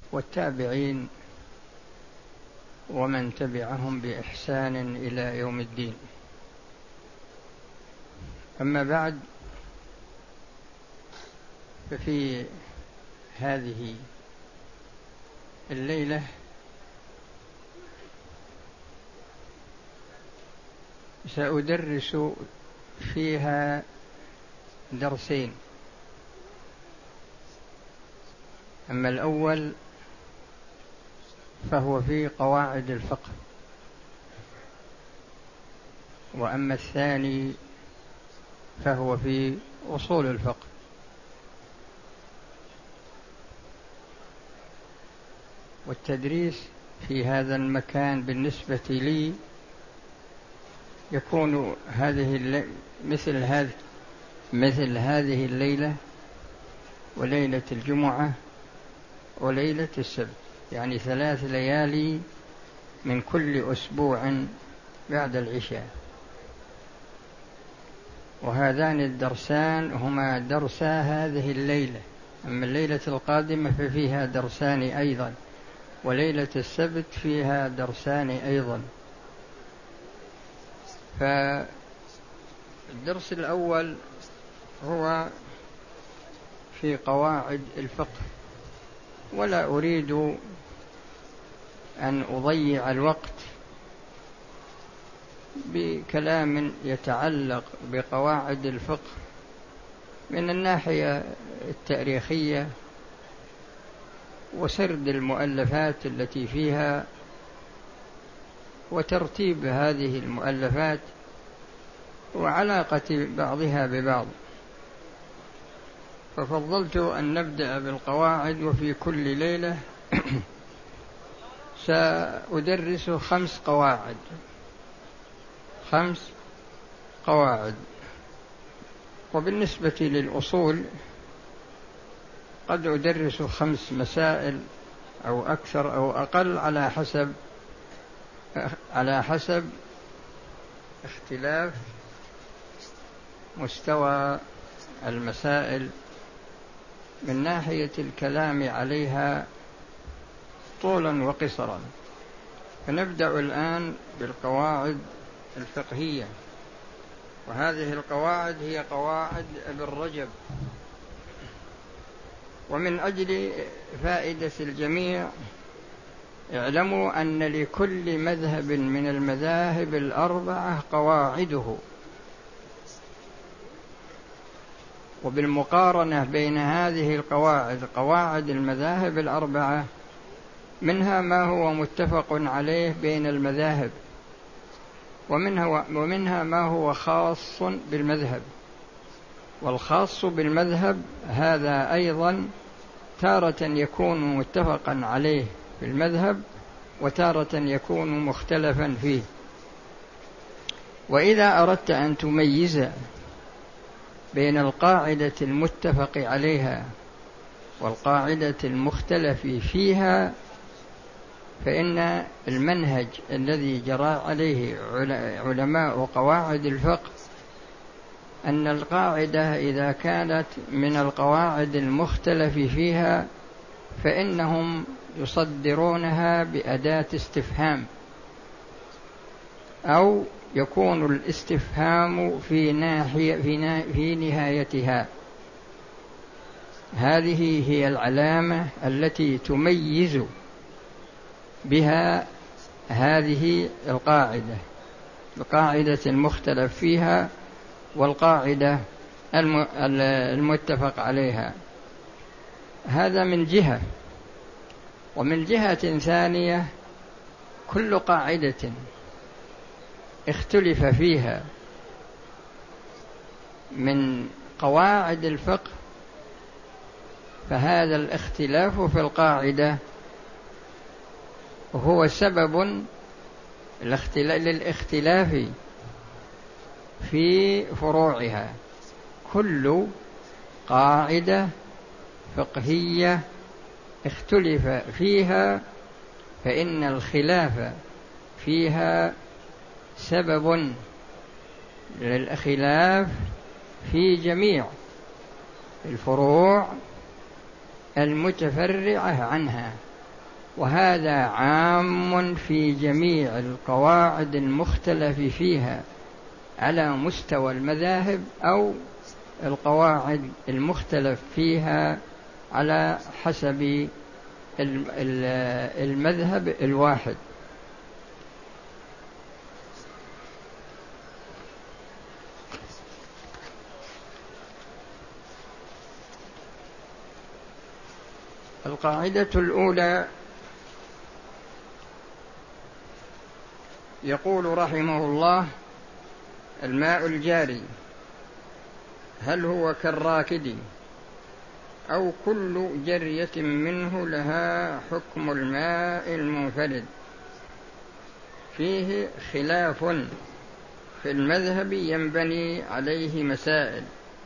والتابعين ومن تبعهم بإحسان إلى يوم الدين. أما بعد، ففي هذه الليلة سأدرس فيها درسين. أما الأول فهو في قواعد الفقه، وأما الثاني فهو في أصول الفقه. والتدريس في هذا المكان بالنسبة لي يكون مثل هذه الليلة وليلة الجمعة وليلة السبت، يعني 3 ليالي من كل أسبوع بعد العشاء. وهذان الدرسان هما درسا هذه الليلة. أما الليلة القادمة ففيها درسان أيضا، وليلة السبت فيها درسان أيضا. فالدرس الأول هو في قواعد الفقه، ولا أريد أن أضيع الوقت بكلام يتعلق بقواعد الفقه من الناحية التاريخية وسرد المؤلفات التي فيها وترتيب هذه المؤلفات وعلاقة بعضها ببعض. ففضلت أن نبدأ بالقواعد، وفي كل ليلة سأدرس 5 قواعد. وبالنسبة للأصول قد أدرس 5 مسائل أو أكثر أو أقل على حسب اختلاف مستوى المسائل من ناحية الكلام عليها طولا وقصرا. فنبدأ الآن بالقواعد الفقهية، وهذه القواعد هي قواعد ابن رجب. ومن أجل فائدة الجميع اعلموا أن لكل مذهب من المذاهب ال4 قواعده، وبالمقارنة بين هذه القواعد قواعد المذاهب ال4 منها ما هو متفق عليه بين المذاهب، ومنها ما هو خاص بالمذهب. والخاص بالمذهب هذا أيضا تارة يكون متفقا عليه في المذهب، وتارة يكون مختلفا فيه. وإذا أردت أن تميز بين القاعدة المتفق عليها والقاعدة المختلف فيها، فإن المنهج الذي جرى عليه علماء قواعد الفقه أن القاعدة إذا كانت من القواعد المختلف فيها فإنهم يصدرونها بأداة استفهام، أو يكون الاستفهام في نهايتها. هذه هي العلامة التي تميز بها هذه القاعدة المختلف فيها والقاعدة المتفق عليها. هذا من جهة. ومن جهة ثانية كل قاعدة اختلف فيها من قواعد الفقه فهذا الاختلاف في القاعدة هو سبب للاختلاف في فروعها. كل قاعدة فقهية اختلف فيها فإن الخلاف فيها سبب للخلاف في جميع الفروع المتفرعة عنها. وهذا عام في جميع القواعد المختلف فيها على مستوى المذاهب أو القواعد المختلف فيها على حسب المذهب الواحد. القاعدة الأولى يقول رحمه الله: الماء الجاري هل هو كالراكد أو كل جرية منه لها حكم الماء المنفرد؟ فيه خلاف في المذهب ينبني عليه مسائل.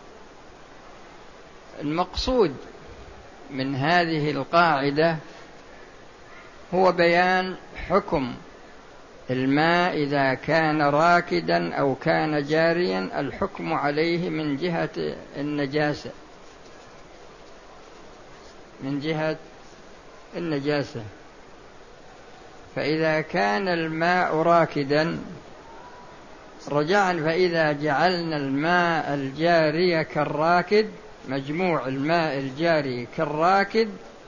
المقصود من هذه القاعدة هو بيان حكم الماء إذا كان راكدا أو كان جاريا، الحكم عليه من جهة النجاسة، من جهة النجاسة. فإذا كان الماء راكدا رجعنا، فإذا جعلنا الماء الجاري كالراكد، مجموع الماء الجاري كالراكد،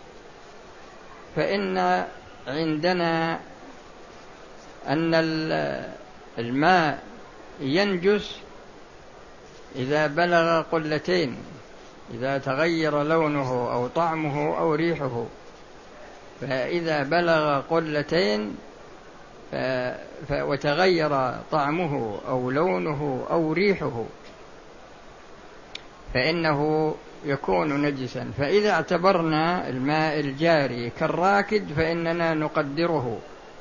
فإن عندنا أن الماء ينجس إذا بلغ قلتين، إذا تغير لونه أو طعمه أو ريحه. فإذا بلغ قلتين وتغير طعمه أو لونه أو ريحه فإنه يكون نجسا. فإذا اعتبرنا الماء الجاري كالراكد فإننا نقدره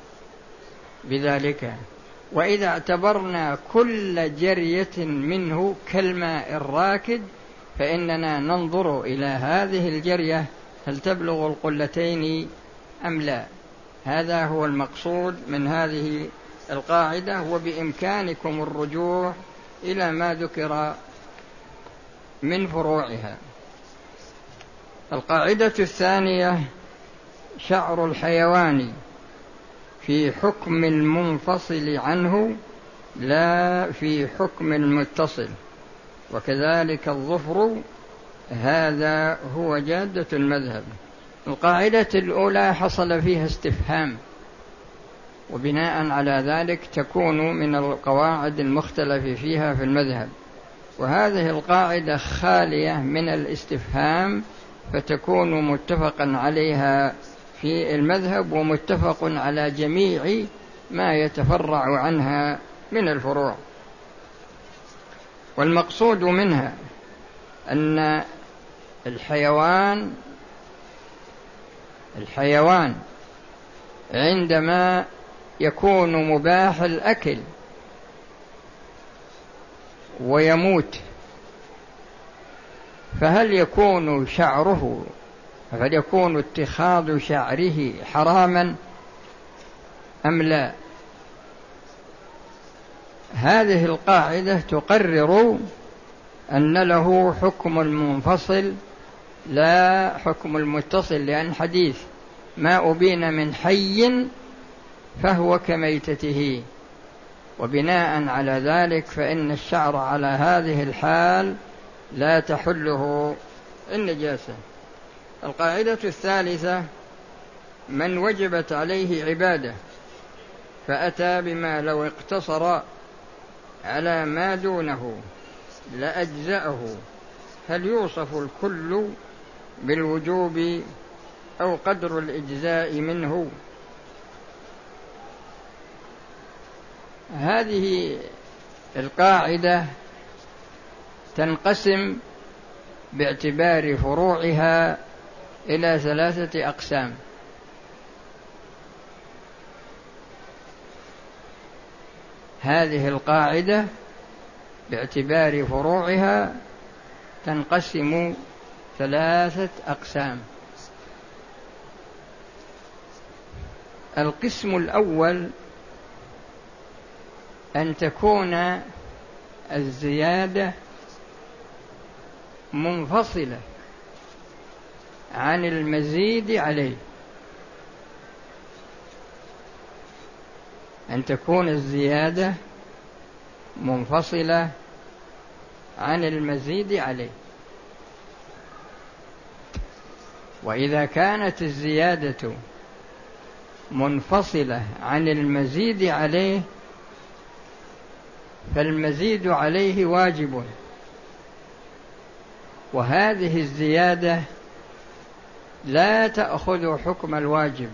بذلك، وإذا اعتبرنا كل جرية منه كالماء الراكد فإننا ننظر إلى هذه الجرية هل تبلغ القلتين أم لا. هذا هو المقصود من هذه القاعدة، وبإمكانكم الرجوع إلى ما ذكر من فروعها. القاعدة الثانية: شعر الحيوان في حكم المنفصل عنه لا في حكم المتصل، وكذلك الظفر، هذا هو جادة المذهب. القاعدة الأولى حصل فيها استفهام، وبناء على ذلك تكون من القواعد المختلف فيها في المذهب، وهذه القاعدة خالية من الاستفهام، فتكون متفقا عليها في المذهب ومتفق على جميع ما يتفرع عنها من الفروع. والمقصود منها أن الحيوان عندما يكون مباح الأكل ويموت، فهل يكون اتخاذ شعره حراما أم لا؟ هذه القاعدة تقرر أن له حكم المنفصل لا حكم المتصل، لأن حديث ما أبين من حي فهو كميتته، وبناء على ذلك فإن الشعر على هذه الحال لا تحله النجاسة. القاعدة الثالثة: من وجبت عليه عبادة فأتى بما لو اقتصر على ما دونه لأجزأه، هل يوصف الكل بالوجوب أو قدر الإجزاء منه؟ هذه القاعدة تنقسم باعتبار فروعها إلى 3 أقسام. هذه القاعدة باعتبار فروعها تنقسم 3 أقسام. القسم الأول أن تكون الزيادة منفصلة عن المزيد عليه، أن تكون الزيادة منفصلة عن المزيد عليه. وإذا كانت الزيادة منفصلة عن المزيد عليه فالمزيد عليه واجب، وهذه الزيادة لا تأخذ حكم الواجب.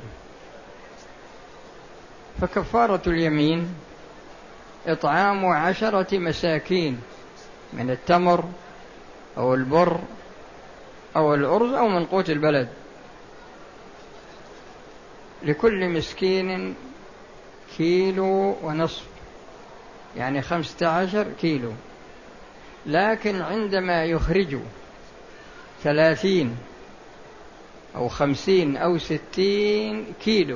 فكفارة اليمين إطعام 10 مساكين من التمر أو البر أو الأرز أو من قوت البلد، لكل مسكين 1.5 كيلو، يعني 15 كيلو. لكن عندما يخرج 30 أو 50 أو 60 كيلو،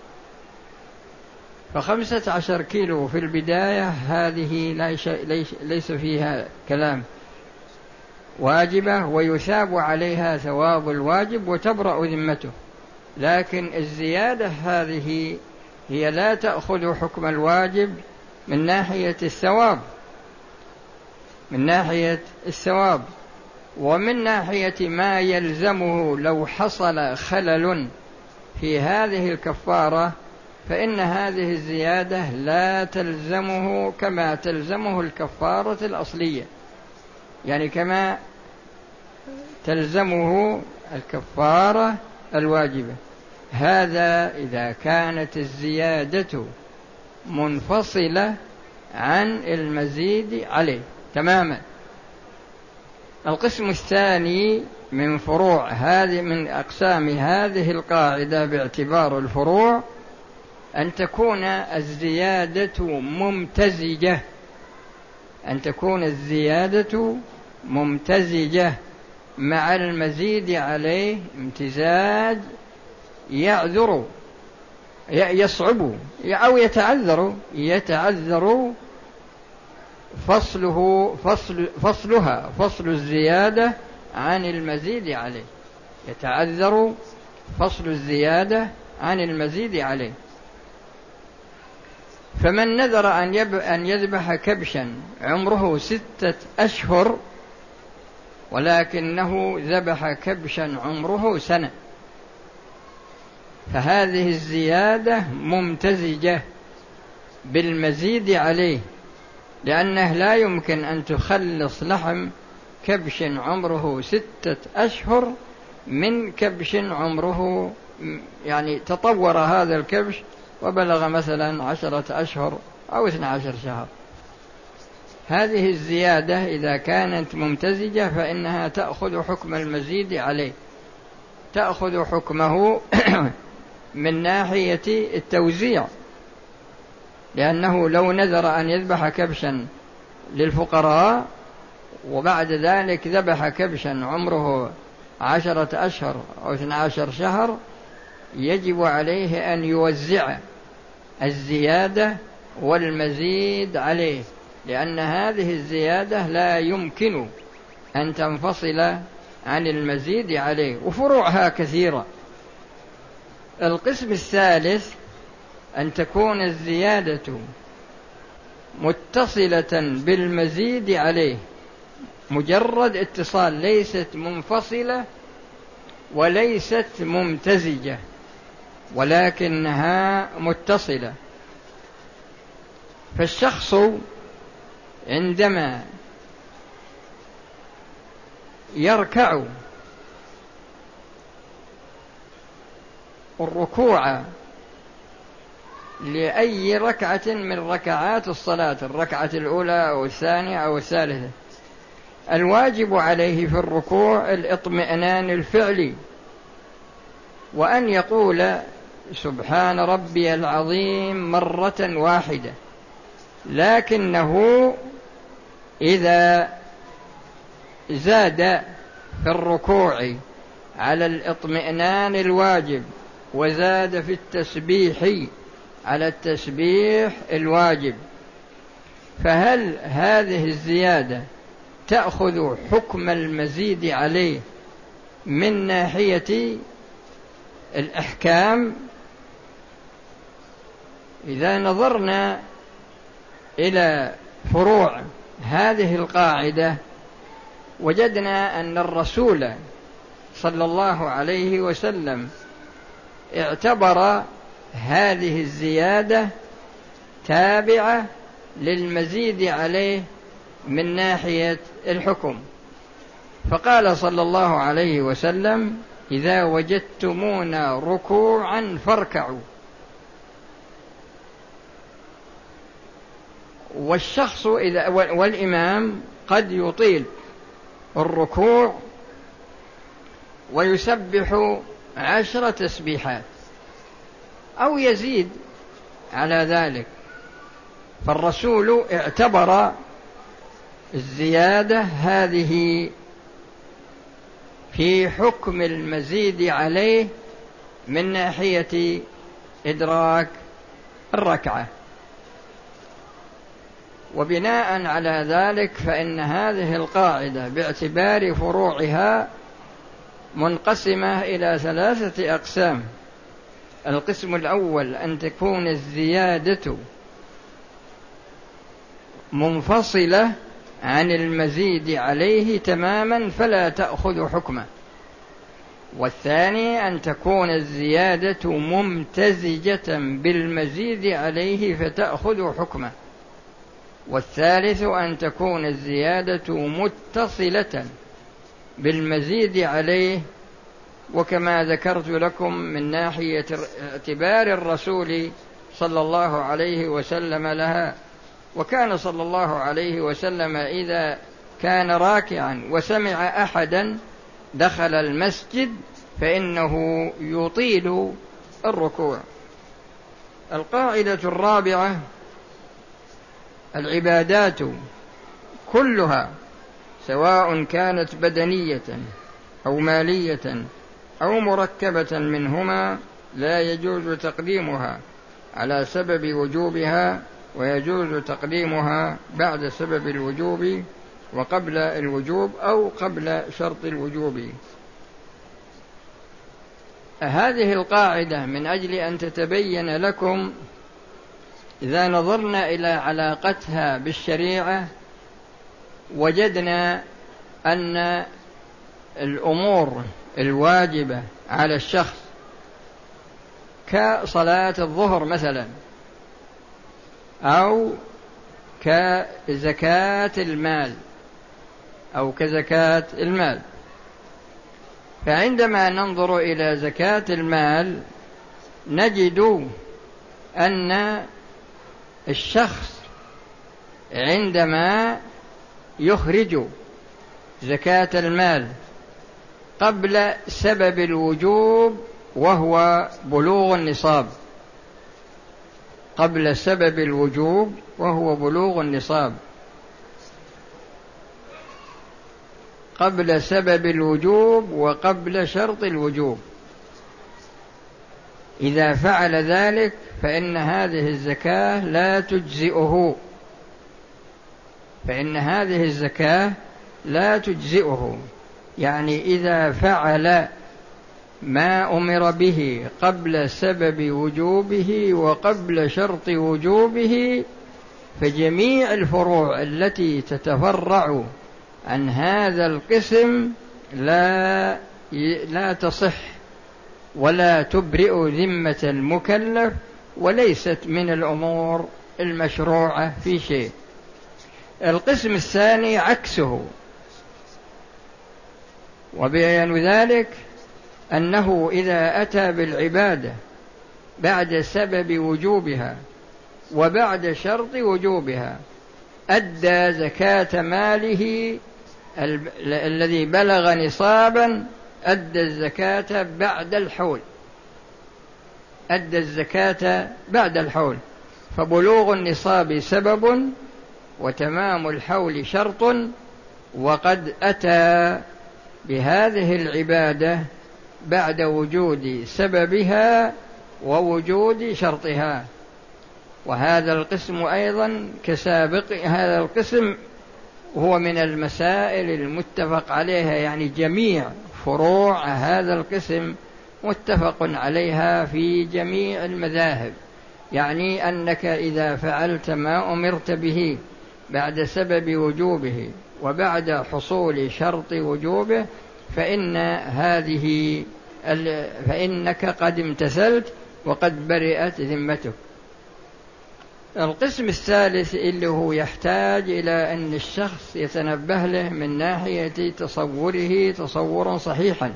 ف15 كيلو في البداية هذه ليس فيها كلام، واجبة ويثاب عليها ثواب الواجب وتبرأ ذمته. لكن الزيادة هذه هي لا تأخذ حكم الواجب من ناحية الثواب، ومن ناحية ما يلزمه لو حصل خلل في هذه الكفارة فإن هذه الزيادة لا تلزمه كما تلزمه الكفارة الأصلية، يعني كما تلزمه الكفارة الواجبة. هذا إذا كانت الزيادة منفصلة عن المزيد عليه تماما. القسم الثاني من فروع هذه، من أقسام هذه القاعدة باعتبار الفروع، أن تكون الزيادة ممتزجة، أن تكون الزيادة ممتزجة مع المزيد عليه امتزاج يصعب أو يتعذر فصل الزيادة عن المزيد عليه، يتعذر فصل الزيادة عن المزيد عليه. فمن نذر أن يذبح كبشا عمره 6 أشهر ولكنه ذبح كبشا عمره 1 سنة، فهذه الزيادة ممتزجة بالمزيد عليه، لأنه لا يمكن أن تخلص لحم كبش عمره 6 أشهر من كبش عمره، يعني تطور هذا الكبش وبلغ مثلا 10 أشهر أو 12 شهر. هذه الزيادة إذا كانت ممتزجة فإنها تأخذ حكم المزيد عليه، تأخذ حكمه من ناحية التوزيع، لأنه لو نذر أن يذبح كبشا للفقراء وبعد ذلك ذبح كبشا عمره 10 أشهر أو 12 شهر يجب عليه أن يوزع الزيادة والمزيد عليه، لأن هذه الزيادة لا يمكن أن تنفصل عن المزيد عليه، وفروعها كثيرة. القسم الثالث أن تكون الزيادة متصلة بالمزيد عليه، مجرد اتصال، ليست منفصلة وليست ممتزجة ولكنها متصلة. فالشخص عندما يركع الركوع لأي ركعة من ركعات الصلاة، الركعة الأولى أو الثانية أو الثالثة، الواجب عليه في الركوع الاطمئنان الفعلي، وأن يقول سبحان ربي العظيم مرة واحدة. لكنه إذا زاد في الركوع على الاطمئنان الواجب وزاد في التسبيح على التسبيح الواجب، فهل هذه الزيادة تأخذ حكم المزيد عليه من ناحية الأحكام إذا نظرنا إلى فروع هذه القاعدة وجدنا أن الرسول صلى الله عليه وسلم اعتبر هذه الزيادة تابعة للمزيد عليه من ناحية الحكم، فقال صلى الله عليه وسلم: إذا وجدتمونا ركوعا فاركعوا. والشخص والإمام قد يطيل الركوع ويسبح 10 تسبيحات أو يزيد على ذلك، فالرسول اعتبر الزيادة هذه في حكم المزيد عليه من ناحية إدراك الركعة. وبناء على ذلك فإن هذه القاعدة باعتبار فروعها منقسمة إلى 3 أقسام. القسم الأول أن تكون الزيادة منفصلة عن المزيد عليه تماما فلا تأخذ حكمه، والثاني أن تكون الزيادة ممتزجة بالمزيد عليه فتأخذ حكمه، والثالث أن تكون الزيادة متصلة بالمزيد عليه، وكما ذكرت لكم من ناحية اعتبار الرسول صلى الله عليه وسلم لها. وكان صلى الله عليه وسلم إذا كان راكعا وسمع أحدا دخل المسجد فإنه يطيل الركوع. القاعدة الرابعة: العبادات كلها سواء كانت بدنية أو مالية أو مركبة منهما لا يجوز تقديمها على سبب وجوبها، ويجوز تقديمها بعد سبب الوجوب وقبل الوجوب أو قبل شرط الوجوب. هذه القاعدة من أجل أن تتبين لكم إذا نظرنا إلى علاقتها بالشريعة وجدنا أن الأمور الواجبة على الشخص كصلاة الظهر مثلا أو كزكاة المال أو كزكاة المال، فعندما ننظر إلى زكاة المال نجد أن الشخص عندما يخرج زكاة المال قبل سبب الوجوب وهو بلوغ النصاب، قبل سبب الوجوب وهو بلوغ النصاب، قبل سبب الوجوب وقبل شرط الوجوب، إذا فعل ذلك فإن هذه الزكاة لا تجزئه، فإن هذه الزكاة لا تجزئه. يعني إذا فعل ما أمر به قبل سبب وجوبه وقبل شرط وجوبه فجميع الفروع التي تتفرع عن هذا القسم لا تصح ولا تبرئ ذمة المكلف، وليست من الأمور المشروعة في شيء. القسم الثاني عكسه، وبيان ذلك أنه إذا أتى بالعبادة بعد سبب وجوبها وبعد شرط وجوبها أدى زكاة ماله الذي بلغ نصابا، أدى الزكاة بعد الحول، أدى الزكاة بعد الحول، فبلوغ النصاب سبب وتمام الحول شرط، وقد أتى بهذه العبادة بعد وجود سببها ووجود شرطها. وهذا القسم أيضا كسابق، هذا القسم هو من المسائل المتفق عليها، يعني جميع فروع هذا القسم متفق عليها في جميع المذاهب، يعني أنك إذا فعلت ما أمرت به بعد سبب وجوبه وبعد حصول شرط وجوبه فإنك قد امتثلت وقد برئت ذمتك. القسم الثالث اللي هو يحتاج إلى أن الشخص يتنبه له من ناحية تصوره تصورا صحيحا،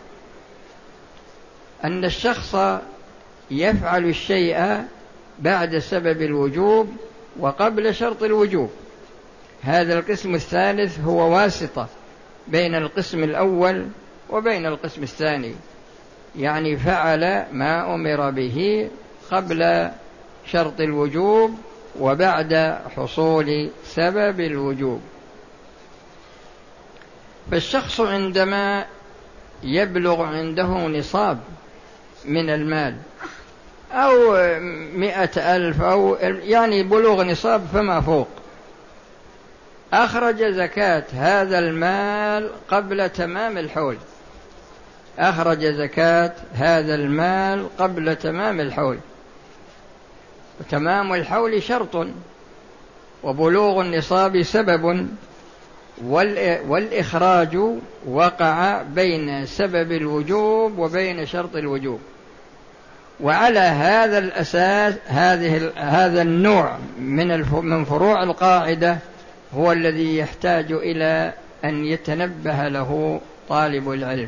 أن الشخص يفعل الشيء بعد سبب الوجوب وقبل شرط الوجوب. هذا القسم الثالث هو واسطة بين القسم الأول وبين القسم الثاني، يعني فعل ما أمر به قبل شرط الوجوب وبعد حصول سبب الوجوب. فالشخص عندما يبلغ عنده نصاب من المال أو 100,000 أو يعني بلوغ نصاب فما فوق، أخرج زكاة هذا المال قبل تمام الحول، أخرج زكاة هذا المال قبل تمام الحول، وتمام الحول شرط وبلوغ النصاب سبب، والإخراج وقع بين سبب الوجوب وبين شرط الوجوب. وعلى هذا الأساس هذا النوع من فروع القاعدة هو الذي يحتاج إلى أن يتنبه له طالب العلم،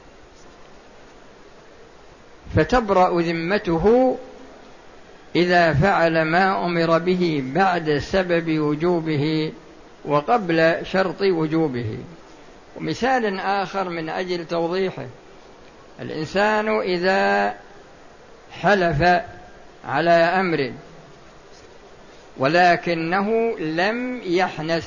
فتبرأ ذمته إذا فعل ما أمر به بعد سبب وجوبه وقبل شرط وجوبه. ومثال آخر من أجل توضيحه: الإنسان إذا حلف على أمر ولكنه لم يحنث،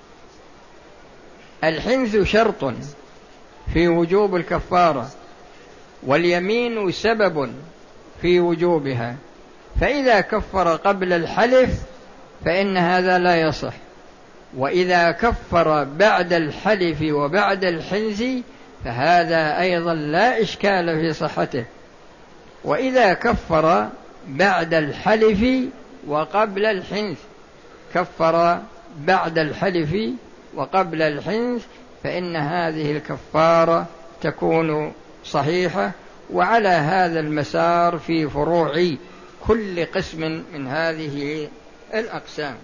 الحنث شرط في وجوب الكفارة واليمين سبب في وجوبها، فإذا كفر قبل الحلف فإن هذا لا يصح، وإذا كفر بعد الحلف وبعد الحنث فهذا أيضا لا إشكال في صحته. وإذا كفر بعد الحلف وقبل الحنث، كفر بعد الحلف وقبل الحنث، فإن هذه الكفارة تكون صحيحة. وعلى هذا المسار في فروع كل قسم من هذه الأقسام.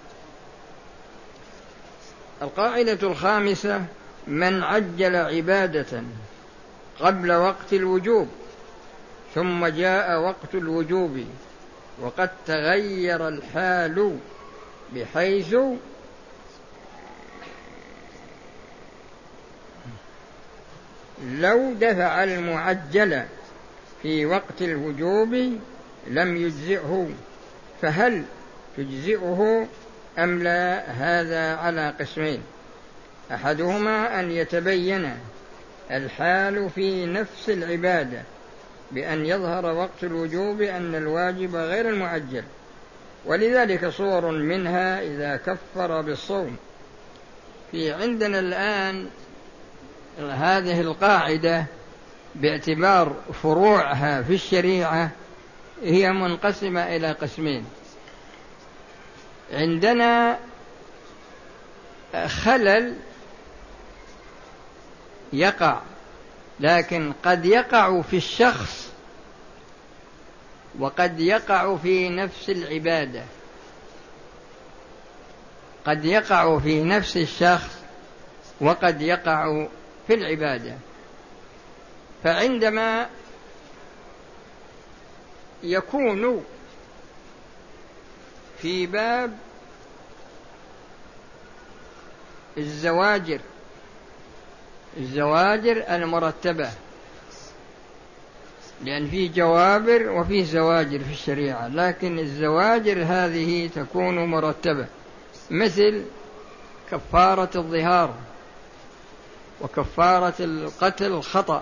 القاعدة الخامسة: من عجل عبادة قبل وقت الوجوب ثم جاء وقت الوجوب وقد تغير الحال بحيث لو دفع المعجل في وقت الوجوب لم يجزئه، فهل تجزئه أم لا؟ هذا على قسمين: أحدهما أن يتبين الحال في نفس العبادة بأن يظهر وقت الوجوب أن الواجب غير المعجل، ولذلك صور منها إذا كفر بالصوم. في عندنا الآن هذه القاعدة باعتبار فروعها في الشريعة هي منقسمة إلى قسمين. عندنا خلل يقع، لكن قد يقع في الشخص وقد يقع في نفس العبادة، قد يقع في نفس الشخص وقد يقع في العبادة. فعندما يكون في باب الزواجر المرتبة، لأن في جوابر وفي زواجر في الشريعة، لكن الزواجر هذه تكون مرتبة، مثل كفارة الظهار وكفارة القتل الخطأ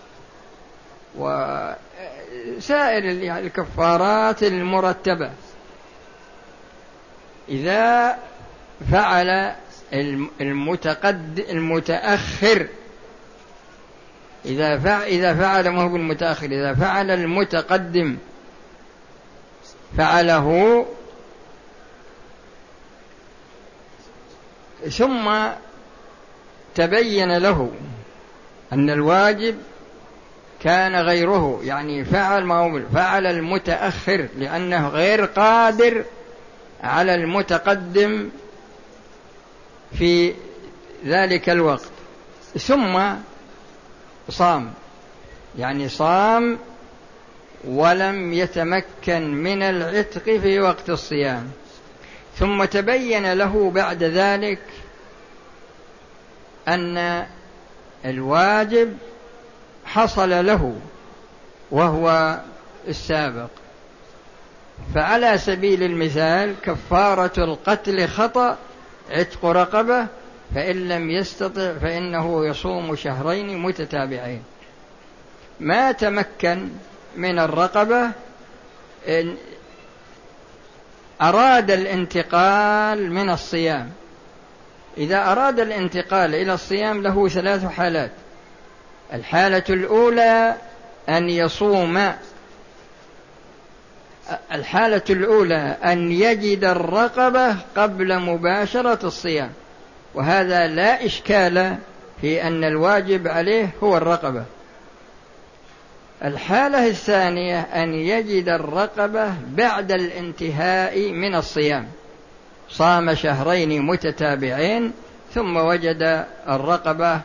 وسائر الكفارات المرتبة. إذا فعل المتأخر إذا فعل ما هو المتأخر، إذا فعل المتقدم فعله ثم تبين له أن الواجب كان غيره، يعني فعل المتأخر لأنه غير قادر على المتقدم في ذلك الوقت، ثم صام، يعني صام ولم يتمكن من العتق في وقت الصيام، ثم تبين له بعد ذلك أن الواجب حصل له وهو السابق، فعلى سبيل المثال كفارة القتل خطأ عتق رقبة، فإن لم يستطع فإنه يصوم شهرين متتابعين. ما تمكن من الرقبة أراد الانتقال من الصيام. إذا أراد الانتقال إلى الصيام له 3 حالات. الحالة الأولى أن يصوم، الحالة الأولى أن يجد الرقبة قبل مباشرة الصيام، وهذا لا إشكال في أن الواجب عليه هو الرقبة. الحالة الثانية أن يجد الرقبة بعد الانتهاء من الصيام، صام شهرين متتابعين ثم وجد الرقبة،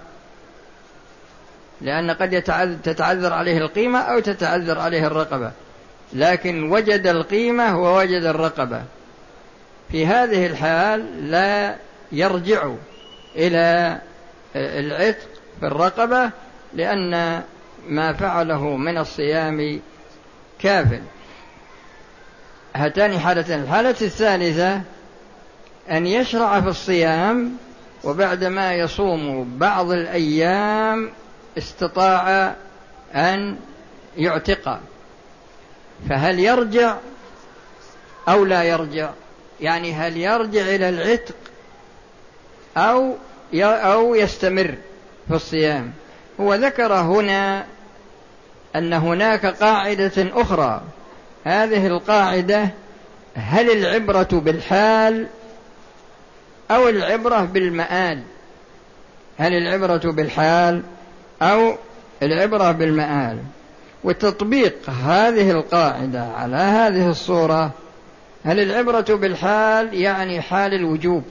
لأن قد تتعذر عليه القيمة أو تتعذر عليه الرقبة، لكن وجد القيمة ووجد الرقبة. في هذه الحال لا يرجع إلى العتق في الرقبة، لأن ما فعله من الصيام كاف. هاتان حالتين. الحالة الثالثة أن يشرع في الصيام وبعدما يصوم بعض الأيام استطاع أن يعتق، فهل يرجع أو لا يرجع؟ يعني هل يرجع إلى العتق أو يستمر في الصيام؟ هو ذكر هنا أن هناك قاعدة أخرى. هذه القاعدة: هل العبرة بالحال أو العبرة بالمآل؟ هل العبرة بالحال أو العبرة بالمآل؟ وتطبيق هذه القاعدة على هذه الصورة: هل العبرة بالحال يعني حال الوجوب،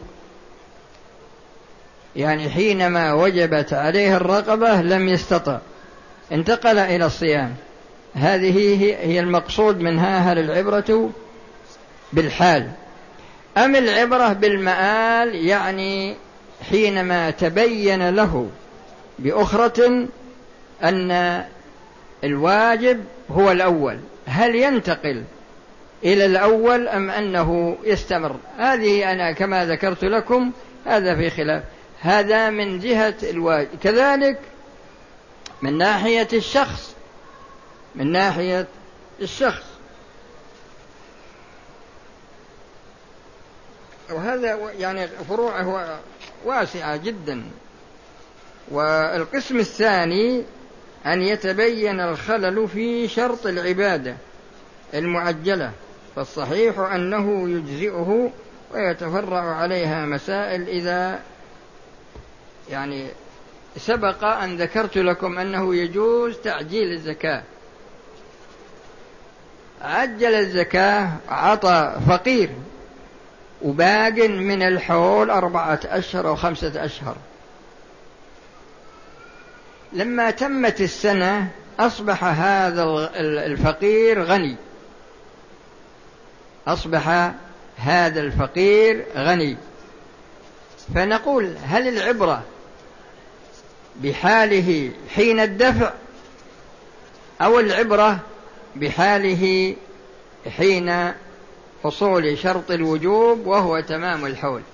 يعني حينما وجبت عليه الرقبة لم يستطع، انتقل إلى الصيام، هذه هي المقصود منها. هل العبرة بالحال أم العبرة بالمآل، يعني حينما تبين له بأخرة أن الواجب هو الأول، هل ينتقل إلى الأول أم أنه يستمر؟ هذه أنا كما ذكرت لكم هذا في خلاف. هذا من جهة الواجب. كذلك من ناحية الشخص، وهذا يعني فروعه واسعة جدا. والقسم الثاني أن يتبين الخلل في شرط العبادة المعجلة، فالصحيح أنه يجزئه ويتفرع عليها مسائل. إذا يعني سبق أن ذكرت لكم أنه يجوز تعجيل الزكاة، عجل الزكاة، عطى فقير وباق من الحول 4 أشهر أو 5 أشهر، لما تمت السنة أصبح هذا الفقير غني، أصبح هذا الفقير غني. فنقول: هل العبرة بحاله حين الدفع أو العبرة بحاله حين حصول شرط الوجوب وهو تمام الحول؟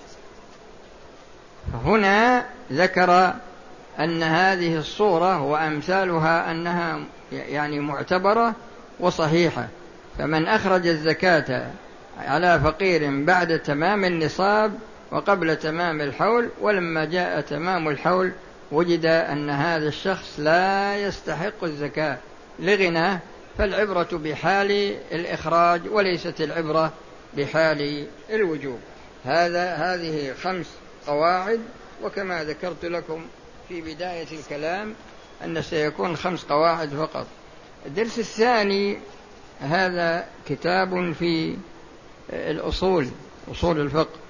هنا ذكر أن هذه الصورة وأمثالها أنها يعني معتبرة وصحيحة. فمن أخرج الزكاة على فقير بعد تمام النصاب وقبل تمام الحول، ولما جاء تمام الحول وجد أن هذا الشخص لا يستحق الزكاة لغنى، فالعبرة بحال الإخراج وليست العبرة بحال الوجوب. هذه 5 قواعد، وكما ذكرت لكم في بداية الكلام أن سيكون 5 قواعد فقط. الدرس الثاني هذا كتاب في الأصول، أصول الفقه،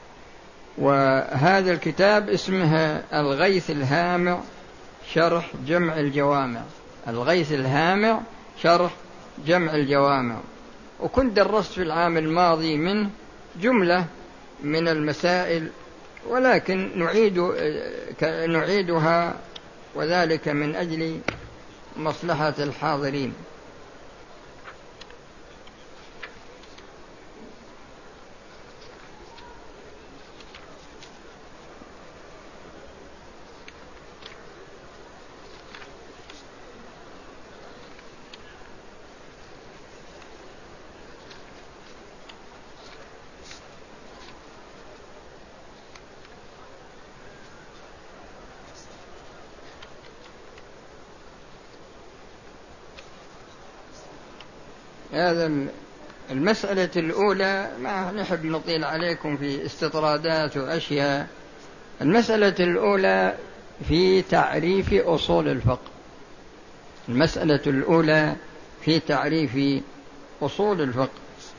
وهذا الكتاب اسمه الغيث الهامع شرح جمع الجوامع. الغيث الهامع شرح جمع الجوامع. وكنت درست في العام الماضي منه جملة من المسائل، ولكن نعيدها، وذلك من أجل مصلحة الحاضرين. هذا المسألة الأولى، ما نحب نطيل عليكم في استطرادات وأشياء. المسألة الأولى في تعريف أصول الفقه. المسألة الأولى في تعريف أصول الفقه.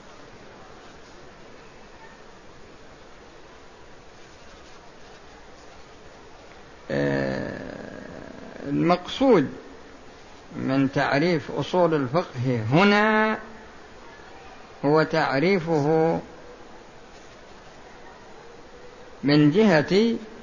المقصود من تعريف أصول الفقه هنا هو تعريفه من جهة